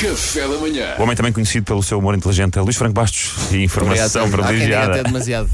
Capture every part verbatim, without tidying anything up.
Café da Manhã. O homem também conhecido pelo seu humor inteligente é Luís Franco Bastos e informação privilegiada. Até demasiado.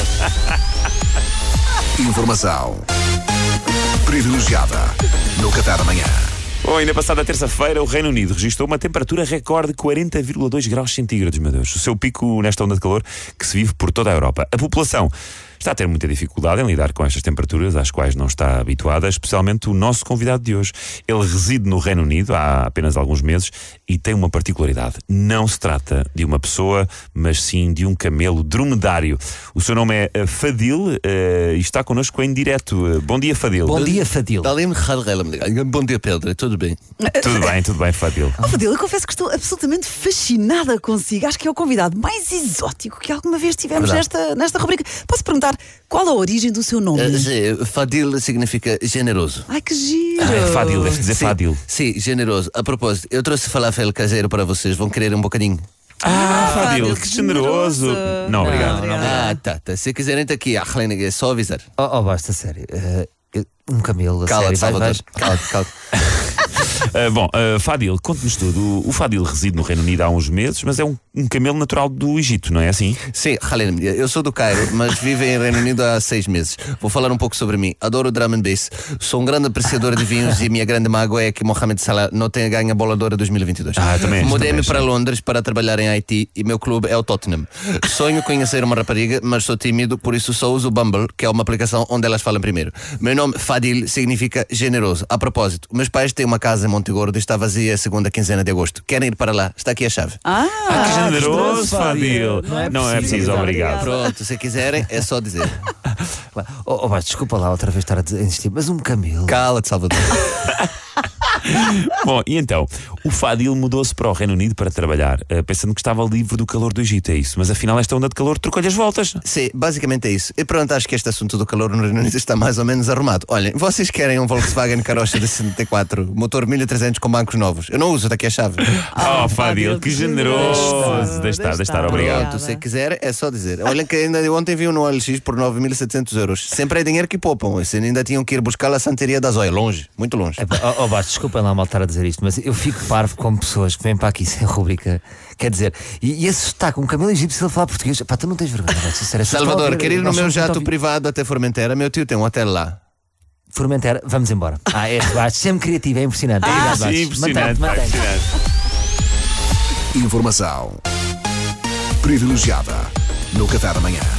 Informação privilegiada no Café da Manhã. Bom, ainda passada terça-feira, o Reino Unido registrou uma temperatura recorde de quarenta vírgula dois graus centígrados, meu Deus. O seu pico nesta onda de calor que se vive por toda a Europa. A população está a ter muita dificuldade em lidar com estas temperaturas às quais não está habituada, especialmente o nosso convidado de hoje. Ele reside no Reino Unido há apenas alguns meses e tem uma particularidade. Não se trata de uma pessoa, mas sim de um camelo dromedário. O seu nome é uh, Fadil uh, e está connosco em direto. Uh, bom dia, Fadil. Bom dia, Fadil. Bom dia, Pedro. Tudo bem? Tudo bem, tudo bem, Fadil. Oh, Fadil, eu confesso que estou absolutamente fascinada consigo. Acho que é o convidado mais exótico que alguma vez tivemos nesta, nesta rubrica. Posso perguntar qual a origem do seu nome? Uh, Fadil significa generoso. Ai, que giro! Ah, é Fadil, deve dizer Sim, Fadil. sim, generoso. A propósito, eu trouxe falafel caseiro para vocês. Vão querer um bocadinho? Ah, Ah, Fadil, Fadil, que que generoso. generoso. Não, obrigado. Não, obrigado. Ah, tá, tá. Se quiserem, está aqui. Ah, é só avisar. Oh, oh basta, sério. Uh, eu- um camelo, a Cala-te, sério. Vai, vai. Salvador. Cala-te, cala-te. Uh, bom, uh, Fadil, conte-nos tudo. O, o Fadil reside no Reino Unido há uns meses, mas é um, um camelo natural do Egito, não é assim? Sim, Halim, eu sou do Cairo, mas vivo em Reino Unido há seis meses. Vou falar um pouco sobre mim. Adoro drum and bass. Sou um grande apreciador de vinhos e minha grande mágoa é que Mohamed Salah não tenha ganho a bola de ouro dois mil e vinte e dois. Ah, também és, Mudei-me também para és. Londres para trabalhar em I T e meu clube é o Tottenham. Sonho conhecer uma rapariga, mas sou tímido, por isso só uso o Bumble, que é uma aplicação onde elas falam primeiro. Meu nome, Fadil, significa generoso. A propósito, meus pais têm uma casa em Montegordo e está vazia a segunda quinzena de agosto. Querem ir para lá? Está aqui a chave. Ah, Ah, que generoso, Fadil. Fadil. Não é preciso, obrigado. Pronto, se quiserem, é só dizer. Oh, oh, Bastos, desculpa lá outra vez estar a dizer- a insistir, mas um camelo. Cala-te, Salvador. Bom, e então, o Fadil mudou-se para o Reino Unido para trabalhar, uh, pensando que estava livre do calor do Egito, é isso. Mas afinal esta onda de calor trocou-lhe as voltas. Sim, basicamente é isso. E pronto, acho que este assunto do calor no Reino Unido está mais ou menos arrumado. Olhem, vocês querem um Volkswagen Carocha de setenta e quatro, motor mil e trezentos com bancos novos. Eu não uso, daqui a chave. Oh, Fadil, que generoso. Deixa estar, deixa estar, obrigado. Pronto, se quiser, é só dizer. Olhem que ainda ontem vi um no O L X por nove mil e setecentos euros. Sempre é dinheiro que poupam. Se ainda tinham que ir buscar a Santeria da Zóia, longe, muito longe. Epá, Oh, oh Bastos, desculpem lá mal estar a dizer isto, mas eu fico parvo com pessoas que vêm para aqui sem rubrica. Quer dizer, e, e esse sotaque, um camelo egípcio, se ele falar português, pá, tu não tens vergonha, Bastos, sério, só estou a Salvador, ouvir- quer ir no nós meu somos muito jato ouvi- privado até Formentera? Meu tio tem um hotel lá. Formentera, vamos embora. Ah, este Bastos, sempre criativo, é impressionante. Ah, Obrigado, sim, Bastos. impressionante, Mantém-te, pá, mantém-te. impressionante. Informação privilegiada no Café da Manhã.